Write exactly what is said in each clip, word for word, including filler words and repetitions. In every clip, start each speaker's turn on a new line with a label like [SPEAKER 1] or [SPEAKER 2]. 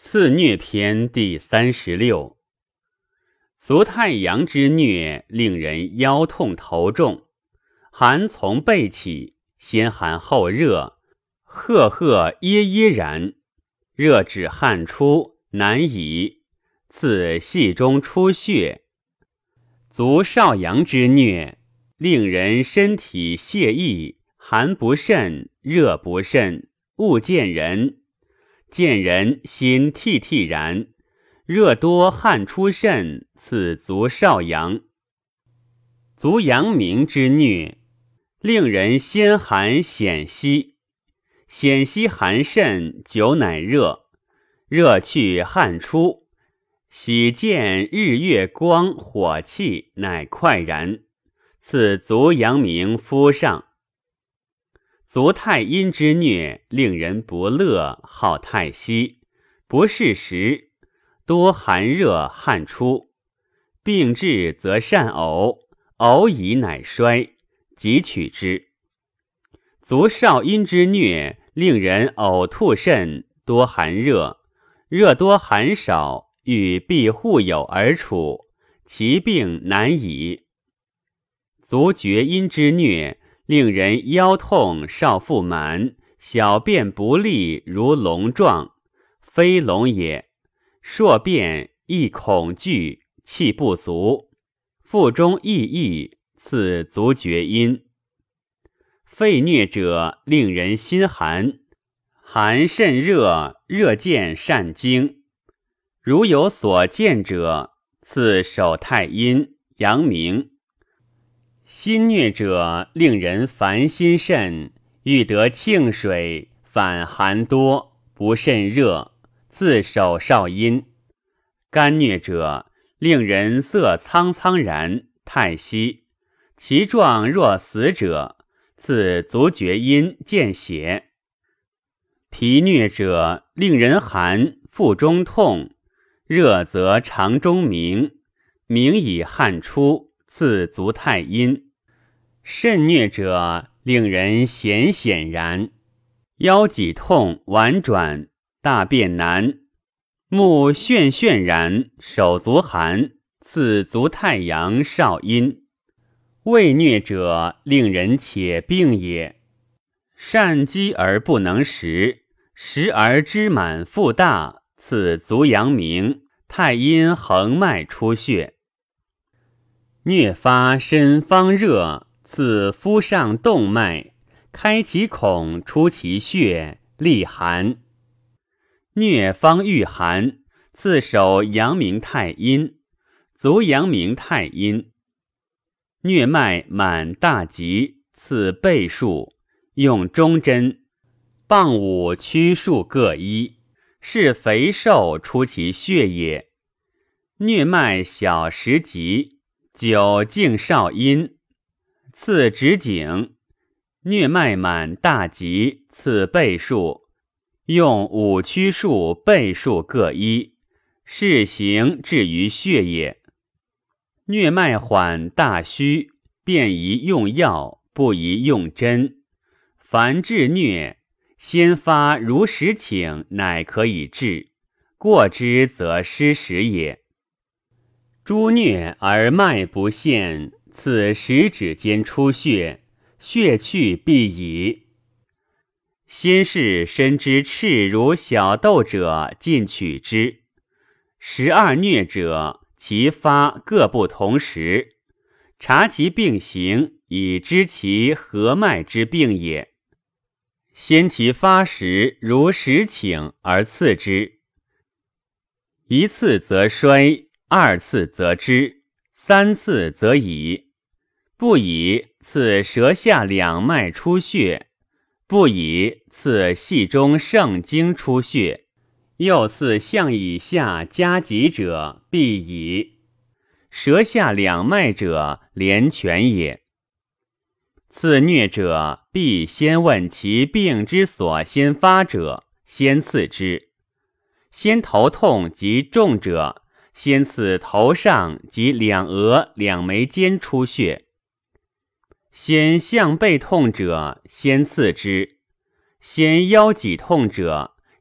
[SPEAKER 1] 次疟篇第三十六。足太阳之疟，令人腰痛头重，寒从背起，先寒后热，赫赫耶耶然，热止汗出，难已。次系中出血。足少阳之疟，令人身体泄翳，寒不甚，热不甚，恶见人。见人心惕惕然，热多汗出甚，此足少阳。足阳明之疟，令人先寒显息，显息寒甚，久乃热，热去汗出，喜见日月光火气，乃快然，此足阳明肤上。足太阴之疟，令人不乐，好太息，不适时，多寒热汗出，病至则善呕，呕已乃衰，即取之。足少阴之疟，令人呕吐甚，多寒热，热多寒少，欲必互有而处，其病难已。足厥阴之疟，令人腰痛少腹满，小便不利如龙状，非龙也。硕便易恐惧，气不足，腹中溢溢，此足厥阴。肺疟者，令人心寒，寒甚热，热见善惊。如有所见者，此手太阴、阳明。心疟者，令人烦心甚，欲得庆水，反寒多，不甚热，自手少阴。肝疟者，令人色苍苍然，太息，其状若死者，自足厥阴见血。脾疟者，令人寒，腹中痛，热则肠中鸣，鸣以汗出，自足太阴。肾疟者，令人痫痫然，腰脊痛婉转，大便难，目眩眩然，手足寒，此足太阳少阴。胃疟者，令人且病也，善饥而不能食，食而脂满腹大，此足阳明，太阴横脉出血。疟发身方热，自肤上动脉，开其孔，出其血，利寒。疟方遇寒，次手阳明太阴，足阳明太阴。疟脉满大急，次背数，用中针，棒五曲数各一，是肥瘦出其血也。疟脉小时急，久静少阴，次直颈。疟脉满大急，次背数，用五曲数背数各一，是行至于血也。疟脉缓大虚，便宜用药，不宜用针。凡治疟，先发如实请，乃可以治，过之则失时也。诸疟而脉不现，此食指间出血，血去必已。先是身之赤如小豆者，尽取之。十二疟者，其发各不同时，察其病形，以知其合脉之病也。先其发时如实请而次之，一次则衰，二次则知，三次则已。不已，次舌下两脉出血，不已，次系中盛经出血，又次项以下加急者，必已。舌下两脉者，连泉也。次疟者，必先问其病之所先发者，先次之。先头痛及重者，先次头上及两额两眉间出血。先项背痛者，先次之；先腰脊痛者，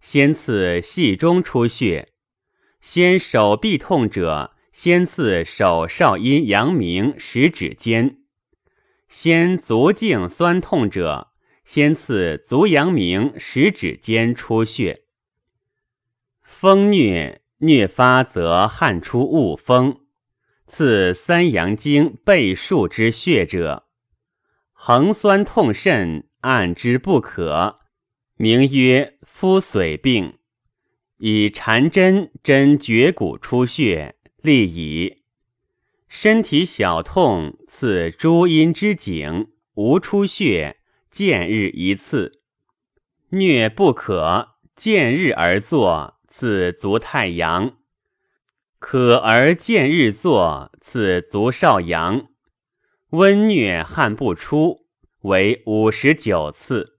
[SPEAKER 1] 先刺系中出血；先手臂痛者，先刺手少阴阳明食指间；先足胫酸痛者，先刺足阳明食指间出血。风疟，疟发则汗出恶风，刺三阳经背数之血者，横酸痛甚，按之不可，名曰肤髓病。以缠针针绝骨出血，利矣。身体小痛，刺诸阴之井，无出血，见日一次。疟不可，见日而作，刺足太阳；可而见日作，刺足少阳。温疟汗不出，为五十九次。